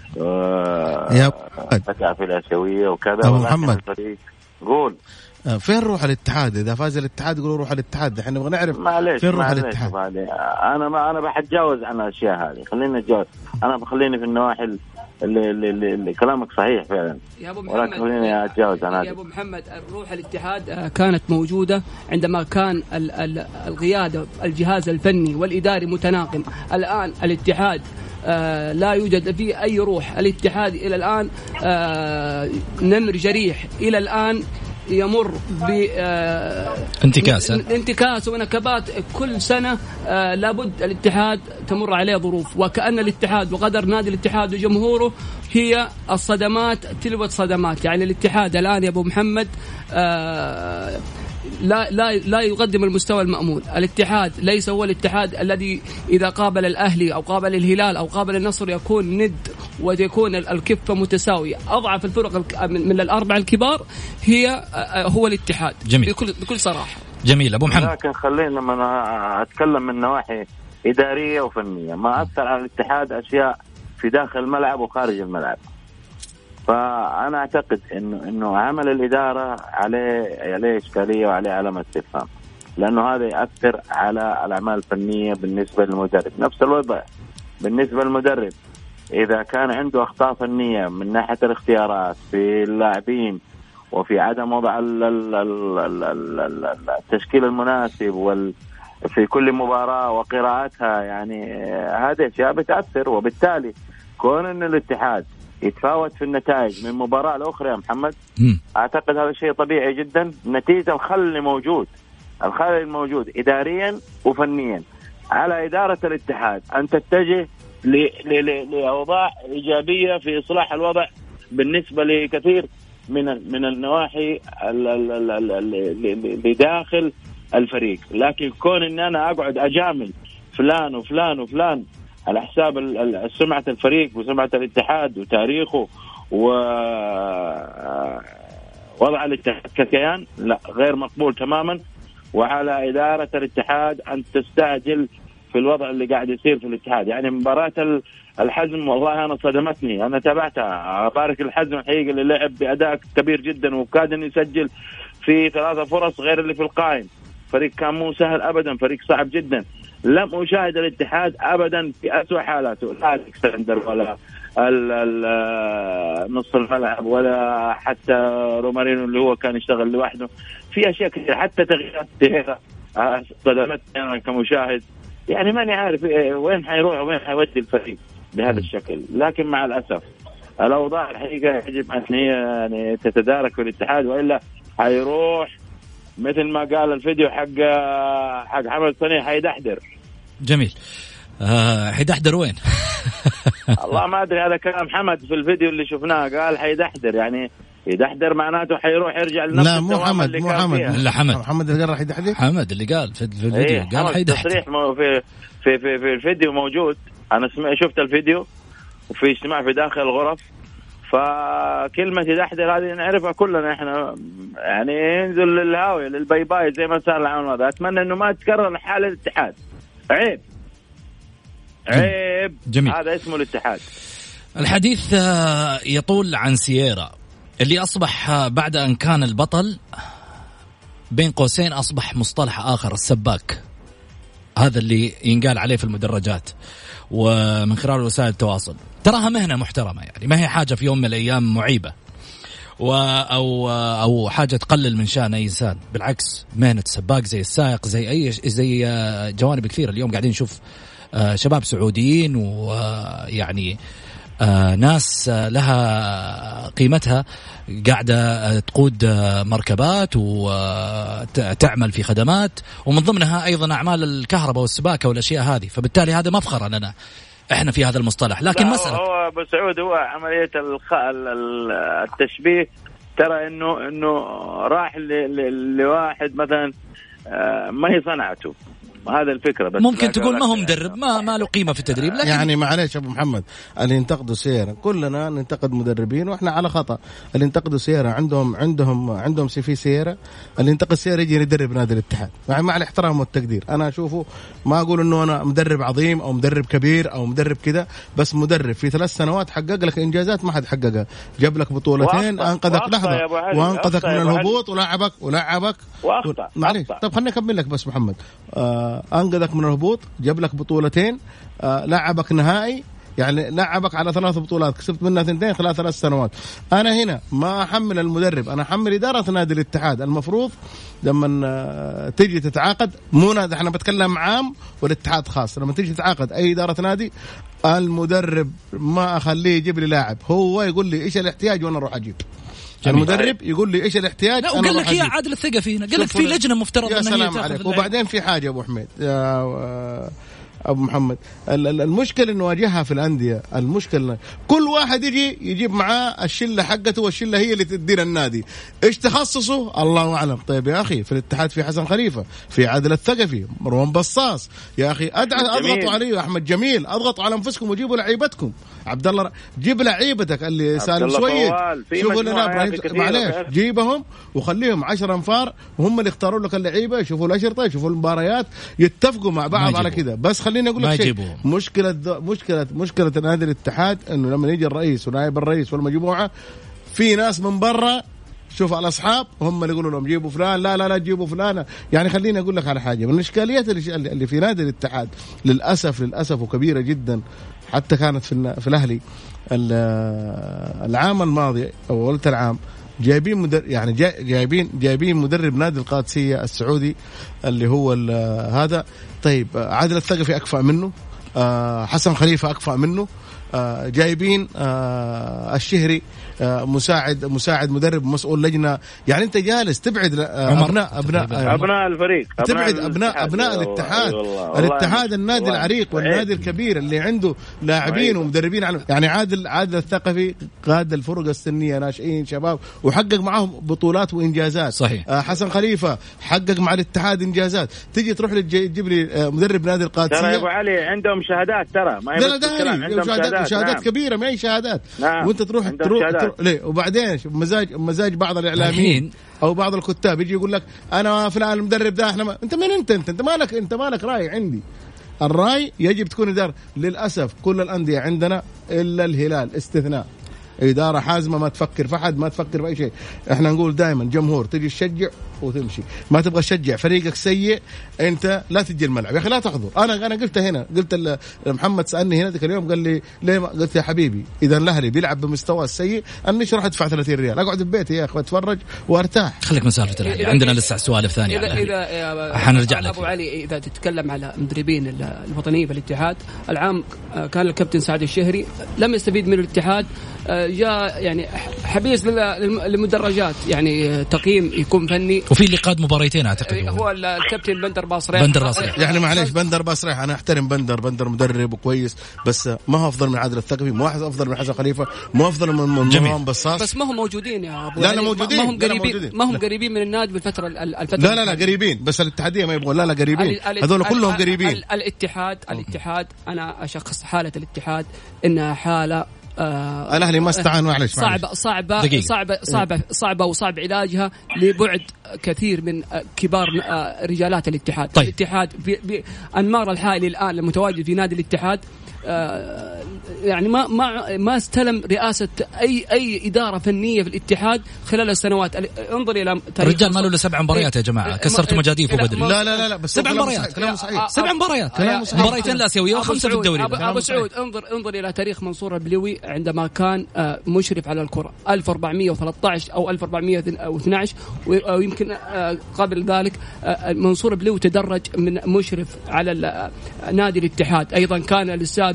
في الآسيوية وكذا. أبو محمد قول فين روح الاتحاد؟ إذا فاز الاتحاد يقولوا روح الاتحاد، احنا نبغى نعرف فين روح الاتحاد. أنا بحتجاوز عن الأشياء هذه، خلينا نتجاوز. أنا بخليني في النواحي اللي كلامك صحيح فعلا، ولكن خليني أتجاوز عن هذا. يا أبو محمد، روح الاتحاد كانت موجودة عندما كان القيادة الجهاز الفني والإداري متناغم. الآن الاتحاد لا يوجد فيه أي روح. الاتحاد إلى الآن نمر جريح، إلى الآن يمر بانتكاس ونكبات كل سنة. لابد الاتحاد تمر عليه ظروف، وكأن الاتحاد وقدر نادي الاتحاد وجمهوره هي الصدمات تلو صدمات. يعني الاتحاد الآن يا أبو محمد لا يقدم المستوى المأمول. الاتحاد ليس هو الاتحاد الذي إذا قابل الأهلي أو قابل الهلال أو قابل النصر يكون ند ويكون الكفة متساوية. أضعف الفرق من الأربع الكبار هو الاتحاد. جميل. بكل صراحة. جميل أبو محمد. لكن خلينا من أتكلم من نواحي إدارية وفنية. ما أثر على الاتحاد أشياء في داخل الملعب وخارج الملعب. فأنا أعتقد إنه عمل الإدارة عليه إشكالية وعليه علامة استفهام، لأنه هذا يأثر على الأعمال الفنية بالنسبة للمدرب. نفس الوضع بالنسبة للمدرب، إذا كان عنده أخطاء فنية من ناحية الاختيارات في اللاعبين وفي عدم وضع التشكيل المناسب في كل مباراة وقراءتها، يعني هذه أشياء بتأثر. وبالتالي كون أن الاتحاد يتفاوت في النتائج من مباراة لأخرى يا محمد، أعتقد هذا شيء طبيعي جدا نتيجة الخلل الموجود إداريا وفنيا. على إدارة الاتحاد أن تتجه لأوضاع إيجابية في إصلاح الوضع بالنسبة لكثير من النواحي لداخل الفريق. لكن كون إن أنا أقعد أجامل فلان وفلان وفلان على حساب سمعة الفريق وسمعة الاتحاد وتاريخه ووضع الاتحاد ككيان، لا، غير مقبول تماما. وعلى إدارة الاتحاد أن تستعجل في الوضع اللي قاعد يصير في الاتحاد. يعني مباراة الحزم والله أنا صدمتني، أنا تابعتها. طارق الحزم الحقيقة اللي لعب بأداء كبير جدا وكاد أن يسجل في 3 فرص غير اللي في القائم. فريق كان مو سهل أبدا، فريق صعب جدا. لم أشاهد الاتحاد أبدا في أسوأ حالاته، لا الإكسندر ولا نص الملعب ولا حتى رومارينو اللي هو كان يشتغل لوحده. في أشياء كثير، حتى تغييرات تهيرة صدمتني أنا كمشاهد. يعني ماني عارف وين حيروح وين حيودي الفريق بهذا الشكل. لكن مع الأسف الأوضاع الحقيقة يجب أن هي يعني تتدارك في الاتحاد، وإلا حيروح مثل ما قال الفيديو حق حمد صنيع حيدحدر. جميل. حيدحدر وين؟ الله ما أدري، هذا كلام حمد في الفيديو اللي شفناه، قال حيدحدر. يعني يدحدر معناته حيروح يرجع لنفس الدوام اللي كان فيها. لا محمد اللي قال راح يدحدر. حمد اللي قال في الفيديو قال حيدحدر. تصريح في الفيديو موجود، أنا شفت الفيديو وفي اجتماع في داخل الغرف. فكلمة يدحدر هذه نعرفها كلنا احنا، يعني ينزل للهاوية للباي زي ما صار العام الماضي. أتمنى إنه ما تكرر حال الاتحاد. عيب. جميل. هذا اسمه الاتحاد. الحديث يطول عن سييرا اللي أصبح بعد أن كان البطل بين قوسين أصبح مصطلح آخر، السباك. هذا اللي ينقال عليه في المدرجات ومن خلال وسائل التواصل. تراها مهنة محترمة، يعني ما هي حاجة في يوم من الأيام معيبة أو حاجة تقلل من شأن أي إنسان. بالعكس، مهنة السباك زي السائق زي جوانب كثيرة. اليوم قاعدين نشوف شباب سعوديين ويعني ناس لها قيمتها قاعدة تقود مركبات وتعمل في خدمات، ومن ضمنها أيضا أعمال الكهرباء والسباكة والأشياء هذه. فبالتالي هذا مفخرة لنا إحنا في هذا المصطلح. لكن مسألة هو أبو سعود، هو عملية التشبيه، ترى إنه راح لواحد مثلا ما هي صنعته. هذا الفكرة. بس ممكن تقول ما هو مدرب، ما له قيمة في التدريب. لكن يعني معليش أبو محمد، اللي ينتقدوا سيارة كلنا ننتقد مدربين وإحنا على خطأ. اللي ينتقدوا سيارة عندهم في سيارة. اللي ينتقد سيارة يجي يدرب نادي الاتحاد، يعني مع الاحترام والتقدير. أنا أشوفه، ما أقول إنه أنا مدرب عظيم أو مدرب كبير أو مدرب كذا، بس مدرب في 3 سنوات حقق لك إنجازات ما حد حققها. جاب لك بطولتين، أنقذك لحظة وأنقذك من الهبوط ولعبك معليش. طب خليني أكمل لك بس محمد. أنقذك من الهبوط، جاب لك بطولتين، لعبك نهائي، يعني لعبك على 3 بطولات كسبت منها 2 خلال 3 سنوات. أنا هنا ما أحمل المدرب، أنا أحمل إدارة نادي الاتحاد. المفروض لما تيجي تتعاقد، مو نادي، احنا بتكلم عام والاتحاد خاص. لما تيجي تتعاقد أي إدارة نادي، المدرب ما أخليه يجيب لي لاعب، هو يقول لي إيش الاحتياج وأنا أروح أجيب. المدرب يقول لي ايش الاحتياج. لا، وقال لك يا عادل الثقة فينا، قال لك في لجنة مفترض ان هي تاخذ. وبعدين في حاجة ابو حميد، يا ابو محمد، المشكلة انه واجهها في الأندية. المشكلة كل واحد يجيب معاه الشلة حقته، والشلة هي اللي تدير النادي. ايش تخصصه الله اعلم. طيب يا اخي، في الاتحاد في حسن خليفة، في عادل الثقفي، مروان بصاص. يا اخي اضغطوا عليه، احمد جميل، اضغطوا على انفسكم وجيبوا لعيبتكم. عبد الله، جيب لعيبتك اللي سالم سويد، شوفوا لنا معليش، جيبهم وخليهم 10 أنفار وهم اللي يختاروا لك اللعيبة، يشوفوا الأشرطة، يشوفوا المباريات، يتفقوا مع بعض على كذا. بس خليني أقول لك شيء، مشكلة نادي الاتحاد إنه لما يجي الرئيس ونائب الرئيس والمجموعة، في ناس من برا شوف الأصحاب هم اللي يقولوا لهم جيبوا فلان، لا جيبوا فلان. يعني خليني أقول لك على حاجة من الإشكاليات اللي في نادي الاتحاد للأسف وكبيرة جدا. حتى كانت في الأهلي العام الماضي أو ولت العام، جايبين مدرب نادي القادسية السعودي اللي هو هذا. طيب عادل الثقفي أكفأ منه، حسن خليفة أكفأ منه، جايبين الشهري مساعد مدرب مسؤول لجنة. يعني أنت جالس تبعد أبناء الفريق، تبعد أبناء الاتحاد. الاتحاد النادي العريق والنادي الكبير اللي عنده لاعبين ومدربين. يعني عادل الثقفي قاد الفرق السنية ناشئين شباب وحقق معهم بطولات وإنجازات. صحيح. حسن خليفة حقق مع الاتحاد إنجازات. تيجي تروح تجيب لي مدرب نادي القادسية. ترى يا أبو علي عندهم شهادات، ترى ما هي شهادات كبيرة، ما هي شهادات. نعم. وانت تروح ليه؟ وبعدين مزاج بعض الاعلاميين او بعض الكتاب يجي يقول لك انا فلان المدرب ده احنا انت من انت مالك راي عندي. الراي يجب تكون إدارة. للاسف كل الانديه عندنا الا الهلال استثناء، إدارة حازمة ما تفكر في أحد، ما تفكر في أي شيء. إحنا نقول دائما جمهور تجي تشجع وتمشي، ما تبغى تشجع فريقك سيء أنت لا تجي الملعب يا أخي، لا تحضر. أنا قلتها هنا، قلت محمد سألني هنا ذاك اليوم قال لي ليه؟ قلت يا حبيبي إذا الأهلي بيلعب بمستوى السيء أنا مش راح أدفع 30 ريال، أقعد في بيتي يا أخي أتفرج وارتاح. خليك من سالفة الأهلي، عندنا لسه سوالف ثانية. إذا حنرجع لك أبو علي، إذا تتكلم على مدربين الوطنيين بالاتحاد العام، كان الكابتن سعد الشهري لم يستفيد من الاتحاد، جاء يعني حبيس للمدرجات، يعني تقييم يكون فني. وفي اللي قاد مباريتين اعتقد هو الكابتن بندر باصريح. يعني معليش بندر باصريح انا احترم بندر مدرب وكويس، بس ما هو افضل من عادل الثقفي، مو افضل من حسن خليفه، مو افضل من مروان بصاص. بس ما هم موجودين يا ابو. لا موجودين، ما هم قريبين من النادي بالفتره لا قريبين، بس الاتحاديه ما يبغون. لا قريبين، هذول كلهم قريبين. الاتحاد انا اشخص حاله الاتحاد انها حاله الأهلي ما استعان. معلش صعبة وصعب علاجها لبعد كثير من كبار رجالات الاتحاد. طيب. الاتحاد أنمار الحائلي الآن المتواجد في نادي الاتحاد يعني ما استلم رئاسة أي إدارة فنية في الاتحاد خلال السنوات. انظر إلى الرجال ما له 7 مباريات يا جماعة، كسرتوا مجاديف وبدري. لا بس 7 مباريات، كلام صحيح. 7 مباريات، مباريتين الآسيوية و5 في الدوري. أبو سعود انظر إلى تاريخ منصور البلوي عندما كان مشرف على الكرة 1413 أو 1412 ويمكن قبل ذلك منصور البلوي تدرج من مشرف على نادي الاتحاد. أيضا كان الأستاذ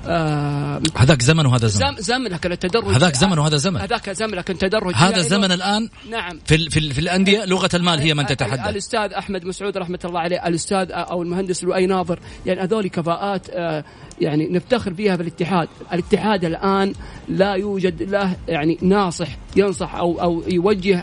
هذاك زمن وهذا زمن لكن التدرج هذاك زمن وهذا زمن، هذاك زمن لكن تدرج هذا الزمن الآن. نعم. في الأندية لغة المال هي من تتحدث. الأستاذ أحمد مسعود رحمة الله عليه، الأستاذ أو المهندس لؤي ناظر، يعني هذول كفاءات يعني نفتخر فيها في الاتحاد. الاتحاد الآن لا يوجد له يعني ناصح ينصح أو يوجه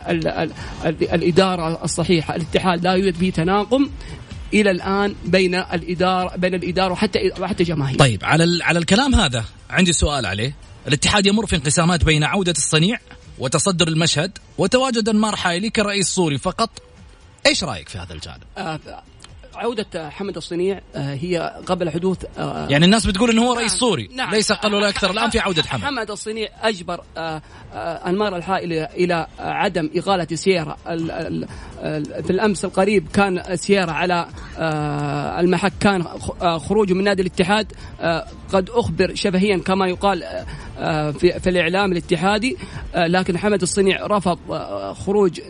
الإدارة الصحيحة. الاتحاد لا يوجد فيه تناقم إلى الآن بين الإدارة وحتى جماهير. طيب على الكلام هذا عندي سؤال عليه. الاتحاد يمر في انقسامات بين عودة الصنيع وتصدر المشهد وتواجد أنمار حائلي كرئيس صوري فقط. إيش رأيك في هذا الجانب؟ عودة حمد الصنيع هي قبل حدوث يعني الناس بتقول إنه هو رئيس صوري. نعم. ليس قل ولا أكثر. الآن في عودة حمد الصنيع أجبر أنمار الحائلة إلى عدم إغالة سيارة. في الأمس القريب كان سيارة على المحك، كان خروجه من نادي الاتحاد قد أخبر شبهيا كما يقال في الإعلام الاتحادي، لكن حمد الصنيع رفض خروج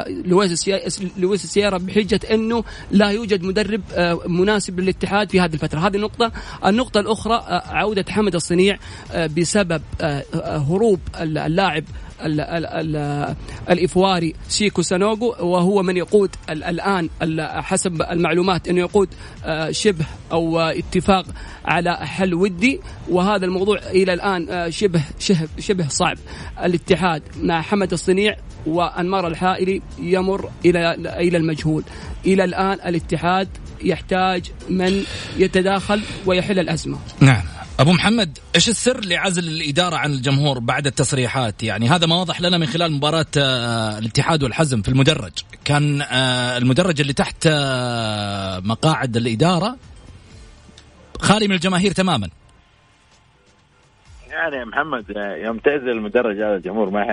لويس السيارة بحجة أنه لا يوجد مدرب مناسب للاتحاد في هذه الفترة. هذه النقطة الأخرى عودة حمد الصنيع بسبب هروب اللاعب الإفواري سيكو سانوغو، وهو من يقود الآن حسب المعلومات أنه يقود شبه أو اتفاق على حل ودي، وهذا الموضوع إلى الآن شبه صعب. الاتحاد مع حمد الصنيع وأنمار الحائلي يمر إلى المجهول. إلى الآن الاتحاد يحتاج من يتداخل ويحل الأزمة. نعم. أبو محمد، إيش السر لعزل الإدارة عن الجمهور بعد التصريحات؟ يعني هذا ما وضح لنا من خلال مباراة الاتحاد والحزم في المدرج. كان المدرج اللي تحت مقاعد الإدارة خالي من الجماهير تماما. يعني يا محمد يوم تعزل المدرج هذا الجمهور ما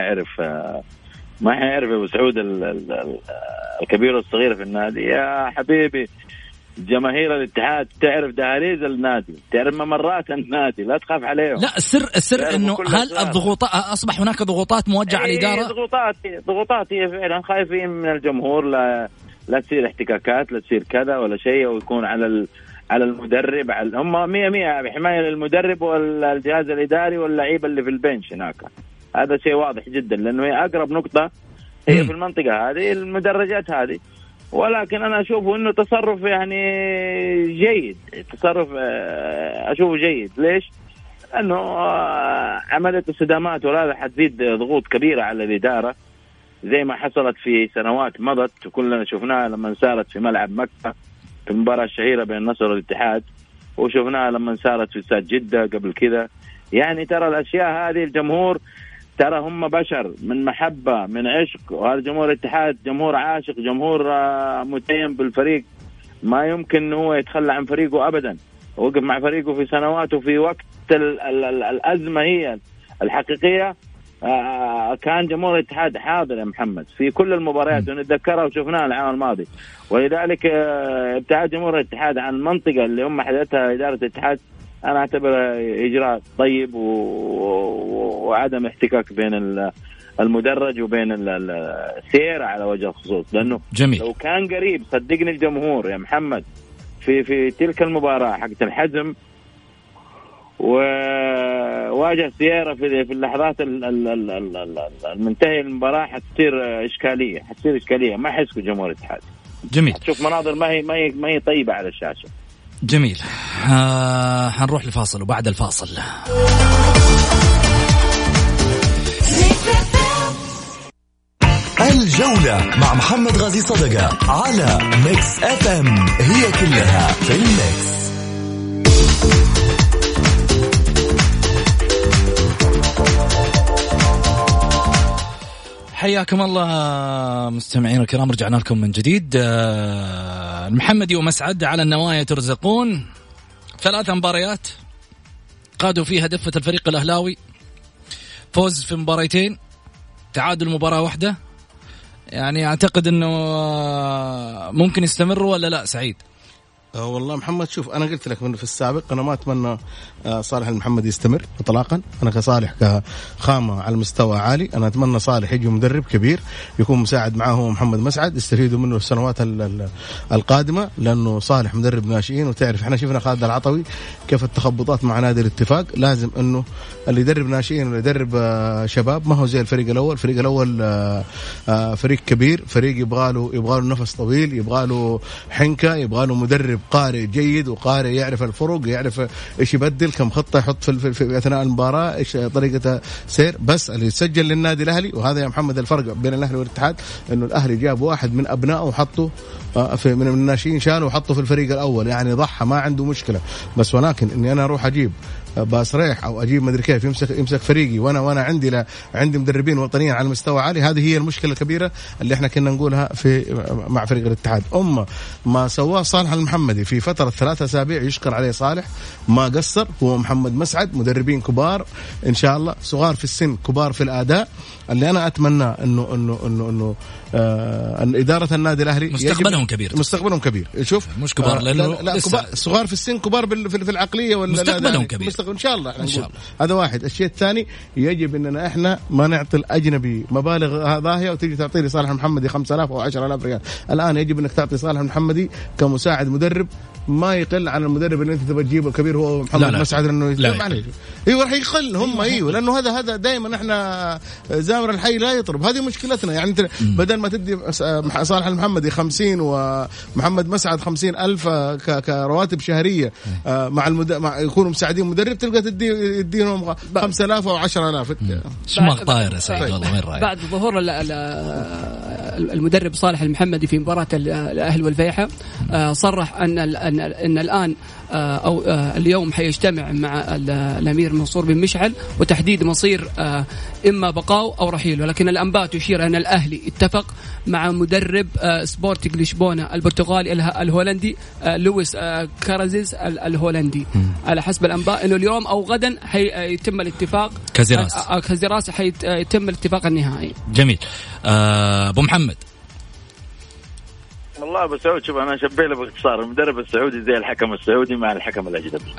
حيعرف أبو سعود الكبير والصغير في النادي. يا حبيبي جماهير الاتحاد تعرف دهاليز النادي، تعرف ممرات النادي، لا تخاف عليهم. لا السر انه هل الضغوطات اصبح هناك ضغوطات موجهه على الاداره؟ ضغوطات هي فعلا خايفين من الجمهور لا تصير احتكاكات، لا تصير كذا ولا شيء، ويكون على المدرب، هم 100 بحمايه للمدرب والجهاز الاداري واللعيبه اللي في البنش هناك. هذا شيء واضح جدا، لانه هي اقرب نقطه هي في المنطقه هذه المدرجات هذه. ولكن أنا أشوفه إنه تصرف يعني جيد، تصرف أشوفه جيد. ليش؟ لأنه عملية الصدامات ولا حتزيد ضغوط كبيرة على الإدارة زي ما حصلت في سنوات مضت وكلنا شفناها لما سارت في ملعب مكة في المباراة الشهيرة بين النصر والاتحاد، وشفناها لما سارت في استاد جدة قبل كذا. يعني ترى الأشياء هذه الجمهور ترى هم بشر من محبة من عشق، وهذا جمهور الاتحاد جمهور عاشق، جمهور متيم بالفريق، ما يمكن هو يتخلى عن فريقه أبدا. وقف مع فريقه في سنوات، وفي وقت الأزمة هي الحقيقية كان جمهور الاتحاد حاضر يا محمد في كل المباريات، ونتذكرها وشفناها العام الماضي. ولذلك ابتعاد جمهور الاتحاد عن المنطقة اللي هم حددتها إدارة الاتحاد أنا أعتبر إجراء طيب وعدم احتكاك بين المدرج وبين السير على وجه الخصوص. لأنه جميل. لو كان قريب صدقني الجمهور يا محمد في تلك المباراة حقت الحزم وواجه سيارة في اللحظات المنتهية المباراة حتصير إشكالية ما حيسكت جمهور الاتحاد. جميل. تشوف مناظر ما هي طيبة على الشاشة. جميل. حنروح لفاصل وبعد الفاصل الجولة مع محمد غازي صدقة على ميكس اف ام، هي كلها في الميكس. حياكم الله مستمعين الكرام، رجعنا لكم من جديد. المحمدي ومسعد على النوايا ترزقون، 3 مباريات قادوا فيها دفة الفريق الأهلاوي، فوز في مباريتين، تعادل مباراة واحدة. يعني أعتقد أنه ممكن يستمروا ولا لا سعيد؟ والله محمد شوف، أنا قلت لك من في السابق أنا ما أتمنى صالح المحمدي يستمر إطلاقا. أنا كصالح كخامة على المستوى عالي، أنا أتمنى صالح يجي مدرب كبير يكون مساعد معه هو محمد مسعد، يستفيدوا منه في السنوات القادمة، لأنه صالح مدرب ناشئين. وتعرف إحنا شفنا خالد العطوي كيف التخبطات مع نادي الاتفاق. لازم إنه اللي يدرب ناشئين واللي يدرب شباب ما هو زي الفريق الأول. الفريق الأول فريق كبير، فريق يبغاله نفس طويل، يبغاله حنكة، يبغاله مدرب قارئ جيد وقارئ يعرف الفرق، يعرف ايش يبدل، كم خطه يحط في اثناء المباراه، ايش طريقه سير. بس اللي يسجل للنادي الاهلي، وهذا يا محمد الفرق بين الاهلي والاتحاد، انه الاهلي جاب واحد من ابنائه وحطه من الناشئين، شاله وحطه في الفريق الاول، يعني ضحى ما عنده مشكله. بس ولكن اني انا اروح اجيب باسريح او اجيب مدري كيف يمسك فريقي وانا عندي مدربين وطنيين على مستوى عالي، هذه هي المشكله الكبيره اللي احنا كنا نقولها مع فريق الاتحاد. ما سواه صالح المحمدي في فتره 3 أسابيع يشكر عليه صالح، ما قصر. هو محمد مسعد مدربين كبار ان شاء الله، صغار في السن كبار في الاداء. اللي انا اتمنى انه ان اداره النادي الاهلي مستقبلهم كبير. شوف مش كبار لانه لا صغار في السن، كبار في العقليه ولا مستقبلهم كبير ان شاء الله. هذا واحد. الشيء الثاني يجب اننا احنا ما نعطي الاجنبي مبالغ ضاهيه وتيجي تعطي لي صالح محمدي 5000 او 10000 ريال. الان يجب انك تعطي صالح محمدي كمساعد مدرب ما يقل عن المدرب اللي انت تبغى تجيبه الكبير هو محمد مسعد، انه ايوه راح يقل هم ايوه، لانه هذا دائما احنا زامر الحي لا يطرب. هذه مشكلتنا. يعني انت بدل ما تدي صالح المحمدي 50 ومحمد مسعد 50,000 كرواتب شهريه مع يكونوا مساعدين مدرب، تلقى تديهم 5000 او 10000. شماغ طاير يا سعيد والله. وين رايك؟ بعد ظهور المدرب صالح المحمدي في مباراة الأهلي والفيحة صرح أن الآن أو اليوم حيجتمع مع الأمير منصور بن مشعل وتحديد مصير إما بقاء أو رحيل. ولكن الأنباء تشير أن الأهلي اتفق مع مدرب سبورتنج لشبونة البرتغالي الهولندي لويس كارازيز الهولندي. على حسب الأنباء أنه اليوم أو غدا حيتم الاتفاق كازيراس حيتم الاتفاق النهائي. جميل. أبو محمد والله أبو سعود شوف أنا شبه له باختصار المدرب السعودي زي الحكم السعودي مع الحكم الأجنبي.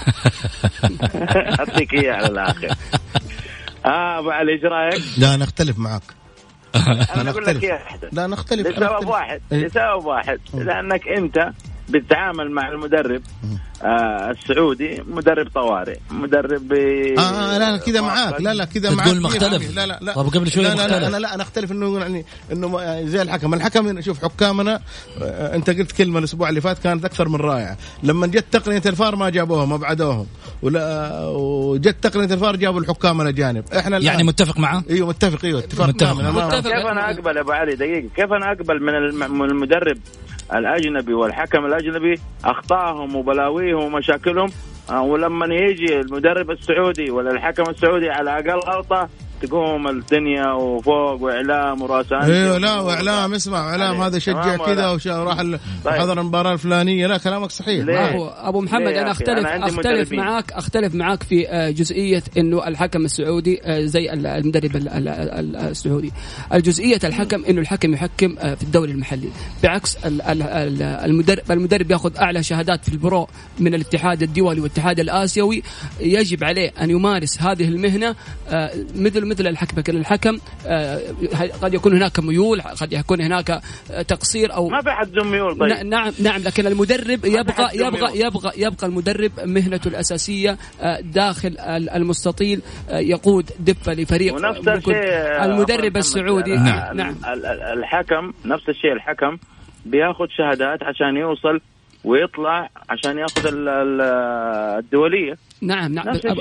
أعطيك إياه على الآخر. أبو علي إيش رأيك؟ لا نختلف معك. أنا أقول لك إيه لا نختلف لسبب واحد لأنك أنت بتتعامل مع المدرب السعودي مدرب طوارئ مدرب لا كذا معاك لا كذا معاك تقول مختلف. لا طب قبل شوي لا نختلف انه يعني انه زي الحكم شوف حكامنا انت قلت كلمه الاسبوع اللي فات كانت اكثر من رائعه لما جت تقنيه الفار ما جابوها ما بعدوهم وجت تقنيه الفار جابوا الحكام الاجانب احنا يعني متفق معه ايوه متفق اتفاق كيف انا اقبل ابو علي دقيقه كيف انا اقبل من المدرب الأجنبي والحكم الأجنبي أخطائهم وبلاويهم ومشاكلهم ولما يجي المدرب السعودي ولا الحكم السعودي على أقل غلطة تقوم الدنيا وفوق وإعلام وراسان. ايوه لا وإعلام اسمع إعلام هذا شجع كذا وراح حضر المباراة الفلانية. لا كلامك صحيح. أبو محمد أنا أختلف معك في جزئية إنه الحكم السعودي زي المدرب السعودي. الجزئية الحكم إنه الحكم يحكم في الدوري المحلي بعكس المدرب يأخذ أعلى شهادات في البرو من الاتحاد الدولي والاتحاد الآسيوي. يجب عليه أن يمارس هذه المهنة مثل الحكم. لكن الحكم قد يكون هناك ميول قد يكون هناك تقصير أو ما في حد ميول. طيب. نعم لكن المدرب يبقى المدرب مهنته الأساسية داخل المستطيل يقود دفة لفريق. ونفس الشيء المدرب السعودي نعم الحكم نفس الشيء الحكم بياخد شهادات عشان يوصل ويطلع عشان ياخذ الدولية. نعم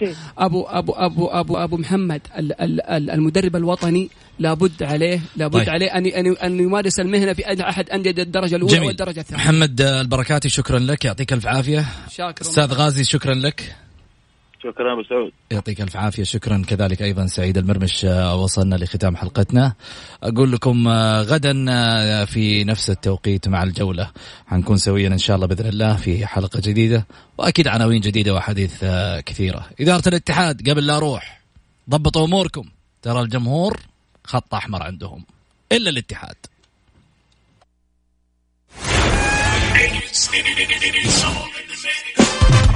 أبو محمد المدرب الوطني لابد عليه أن يمارس المهنة في أحد أندية الدرجة الأولى جميل. والدرجة الثانية. محمد البركاتي شكرا لك يعطيك الف عافية. أستاذ غازي شكرا لك. شكرا أبو سعود يعطيك الف عافية. شكرا كذلك أيضا سعيد المرمش. وصلنا لختام حلقتنا. أقول لكم غدا في نفس التوقيت مع الجولة حنكون سويا إن شاء الله بإذن الله في حلقة جديدة وأكيد عناوين جديدة وحديث كثيرة. إدارة الاتحاد قبل لا أروح ضبطوا أموركم ترى الجمهور خط أحمر عندهم إلا الاتحاد.